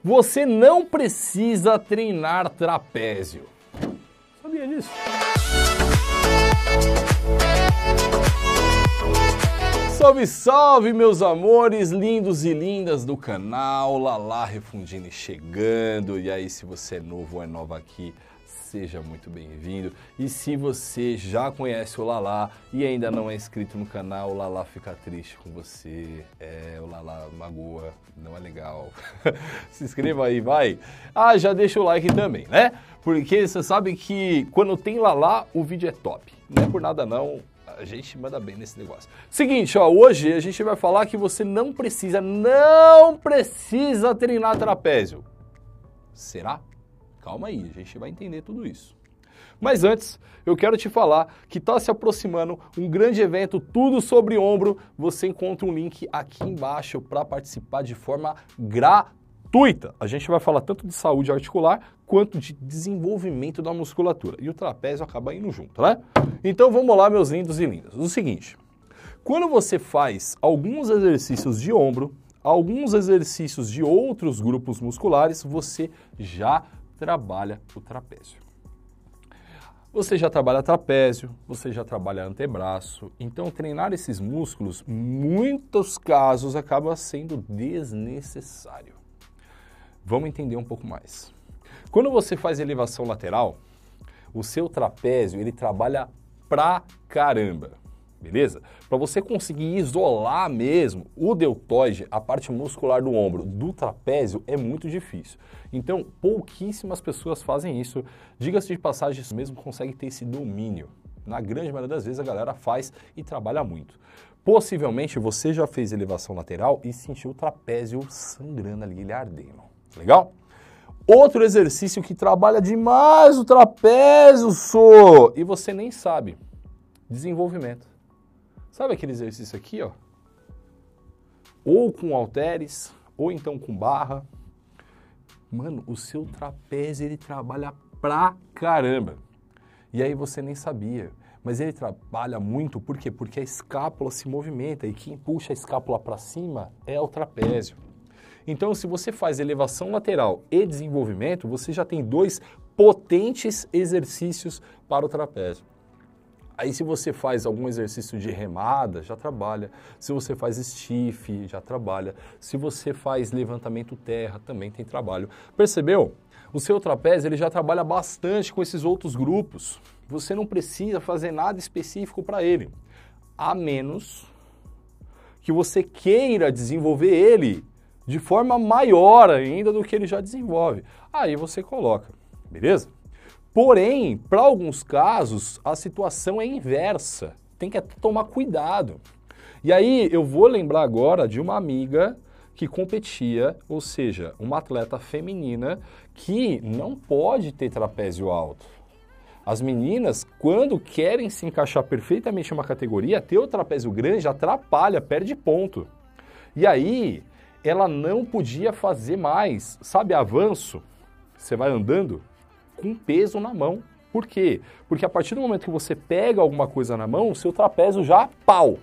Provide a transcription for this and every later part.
Você não precisa treinar trapézio. Sabia disso? Salve, salve, meus amores lindos e lindas do canal Lala Refundini chegando. E aí, se você é novo ou é nova aqui, seja muito bem-vindo. E se você já conhece o Lala e ainda não é inscrito no canal, o Lala fica triste com você. O Lala magoa, não é legal. Se inscreva aí, vai. Ah, já deixa o like também, né? Porque você sabe que quando tem Lala, o vídeo é top. Não é por nada não. A gente manda bem nesse negócio. Seguinte, ó, hoje a gente vai falar que você não precisa treinar trapézio. Será? Calma aí, a gente vai entender tudo isso. Mas antes, eu quero te falar que está se aproximando um grande evento, tudo sobre ombro. Você encontra um link aqui embaixo para participar de forma gratuita. A gente vai falar tanto de saúde articular quanto de desenvolvimento da musculatura. E o trapézio acaba indo junto, né? Então vamos lá, meus lindos e lindas. O seguinte, quando você faz alguns exercícios de ombro, alguns exercícios de outros grupos musculares, você já trabalha o trapézio. Você já trabalha trapézio, você já trabalha antebraço, então treinar esses músculos, em muitos casos, acaba sendo desnecessário. Vamos entender um pouco mais. Quando você faz elevação lateral, o seu trapézio, ele trabalha pra caramba, beleza? Para você conseguir isolar mesmo o deltoide, a parte muscular do ombro, do trapézio, é muito difícil. Então, pouquíssimas pessoas fazem isso. Diga-se de passagem, isso mesmo consegue ter esse domínio. Na grande maioria das vezes a galera faz e trabalha muito. Possivelmente você já fez elevação lateral e sentiu o trapézio sangrando ali, ele ardendo. Legal? Outro exercício que trabalha demais o trapézio, e você nem sabe. Desenvolvimento. Sabe aquele exercício aqui, ó? Ou com halteres, ou então com barra. Mano, o seu trapézio, ele trabalha pra caramba. E aí você nem sabia. Mas ele trabalha muito, por quê? Porque a escápula se movimenta e quem puxa a escápula para cima é o trapézio. Então, se você faz elevação lateral e desenvolvimento, você já tem dois potentes exercícios para o trapézio. Aí se você faz algum exercício de remada, já trabalha. Se você faz stiff, já trabalha. Se você faz levantamento terra, também tem trabalho. Percebeu? O seu trapézio ele já trabalha bastante com esses outros grupos. Você não precisa fazer nada específico para ele. A menos que você queira desenvolver ele de forma maior ainda do que ele já desenvolve. Aí você coloca, beleza? Porém, para alguns casos, a situação é inversa. Tem que tomar cuidado. E aí, eu vou lembrar agora de uma amiga que competia, ou seja, uma atleta feminina que não pode ter trapézio alto. As meninas, quando querem se encaixar perfeitamente em uma categoria, ter o trapézio grande atrapalha, perde ponto. E aí, ela não podia fazer mais, sabe, avanço? Você vai andando com peso na mão. Por quê? Porque a partir do momento que você pega alguma coisa na mão, o seu trapézio já, pau!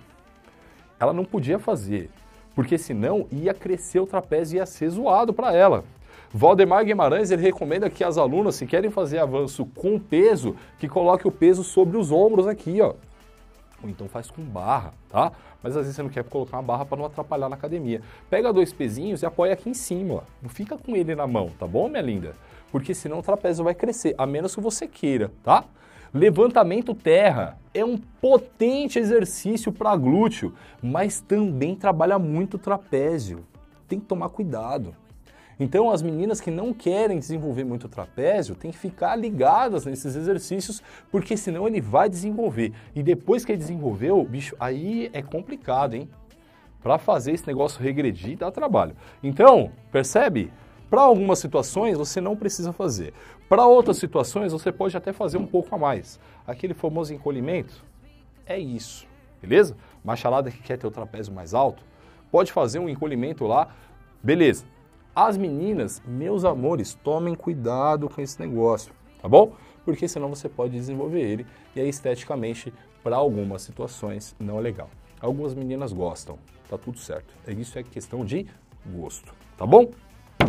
Ela não podia fazer, porque senão ia crescer o trapézio e ia ser zoado para ela. Valdemar Guimarães, ele recomenda que as alunas, se querem fazer avanço com peso, que coloque o peso sobre os ombros aqui, ó. Ou então faz com barra, tá? Mas às vezes você não quer colocar uma barra para não atrapalhar na academia. Pega dois pezinhos e apoia aqui em cima, ó. Não fica com ele na mão, tá bom, minha linda? Porque senão o trapézio vai crescer, a menos que você queira, tá? Levantamento terra é um potente exercício para glúteo, mas também trabalha muito o trapézio. Tem que tomar cuidado. Então, as meninas que não querem desenvolver muito o trapézio, tem que ficar ligadas nesses exercícios, porque senão ele vai desenvolver. E depois que ele desenvolveu, bicho, aí é complicado, hein? Para fazer esse negócio regredir, dá trabalho. Então, percebe? Para algumas situações, você não precisa fazer. Para outras situações, você pode até fazer um pouco a mais. Aquele famoso encolhimento, é isso, beleza? Macharada que quer ter o trapézio mais alto, pode fazer um encolhimento lá, beleza. As meninas, meus amores, tomem cuidado com esse negócio, tá bom? Porque senão você pode desenvolver ele e aí esteticamente, para algumas situações, não é legal. Algumas meninas gostam, tá tudo certo. Isso é questão de gosto, tá bom?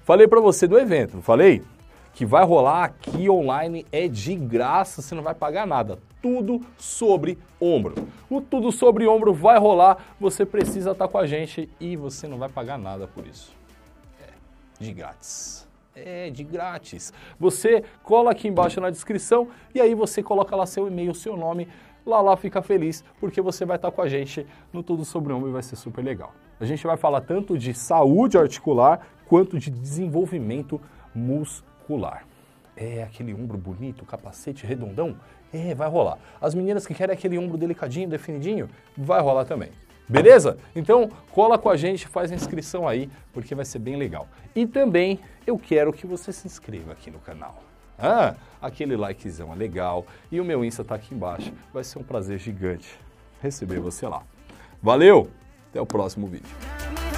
Falei para você do evento, não falei? Que vai rolar aqui online, é de graça, você não vai pagar nada. Tudo sobre ombro. O Tudo sobre Ombro vai rolar, você precisa estar com a gente e você não vai pagar nada por isso. É de grátis. É de grátis. Você cola aqui embaixo na descrição e aí você coloca lá seu e-mail, seu nome, lá fica feliz porque você vai estar com a gente no Tudo sobre Ombro e vai ser super legal. A gente vai falar tanto de saúde articular quanto de desenvolvimento muscular. É aquele ombro bonito, capacete redondão? É, vai rolar. As meninas que querem aquele ombro delicadinho, definidinho, vai rolar também. Beleza? Então, cola com a gente, faz a inscrição aí, porque vai ser bem legal. E também, eu quero que você se inscreva aqui no canal. Aquele likezão é legal. E o meu Insta tá aqui embaixo. Vai ser um prazer gigante receber você lá. Valeu! Até o próximo vídeo.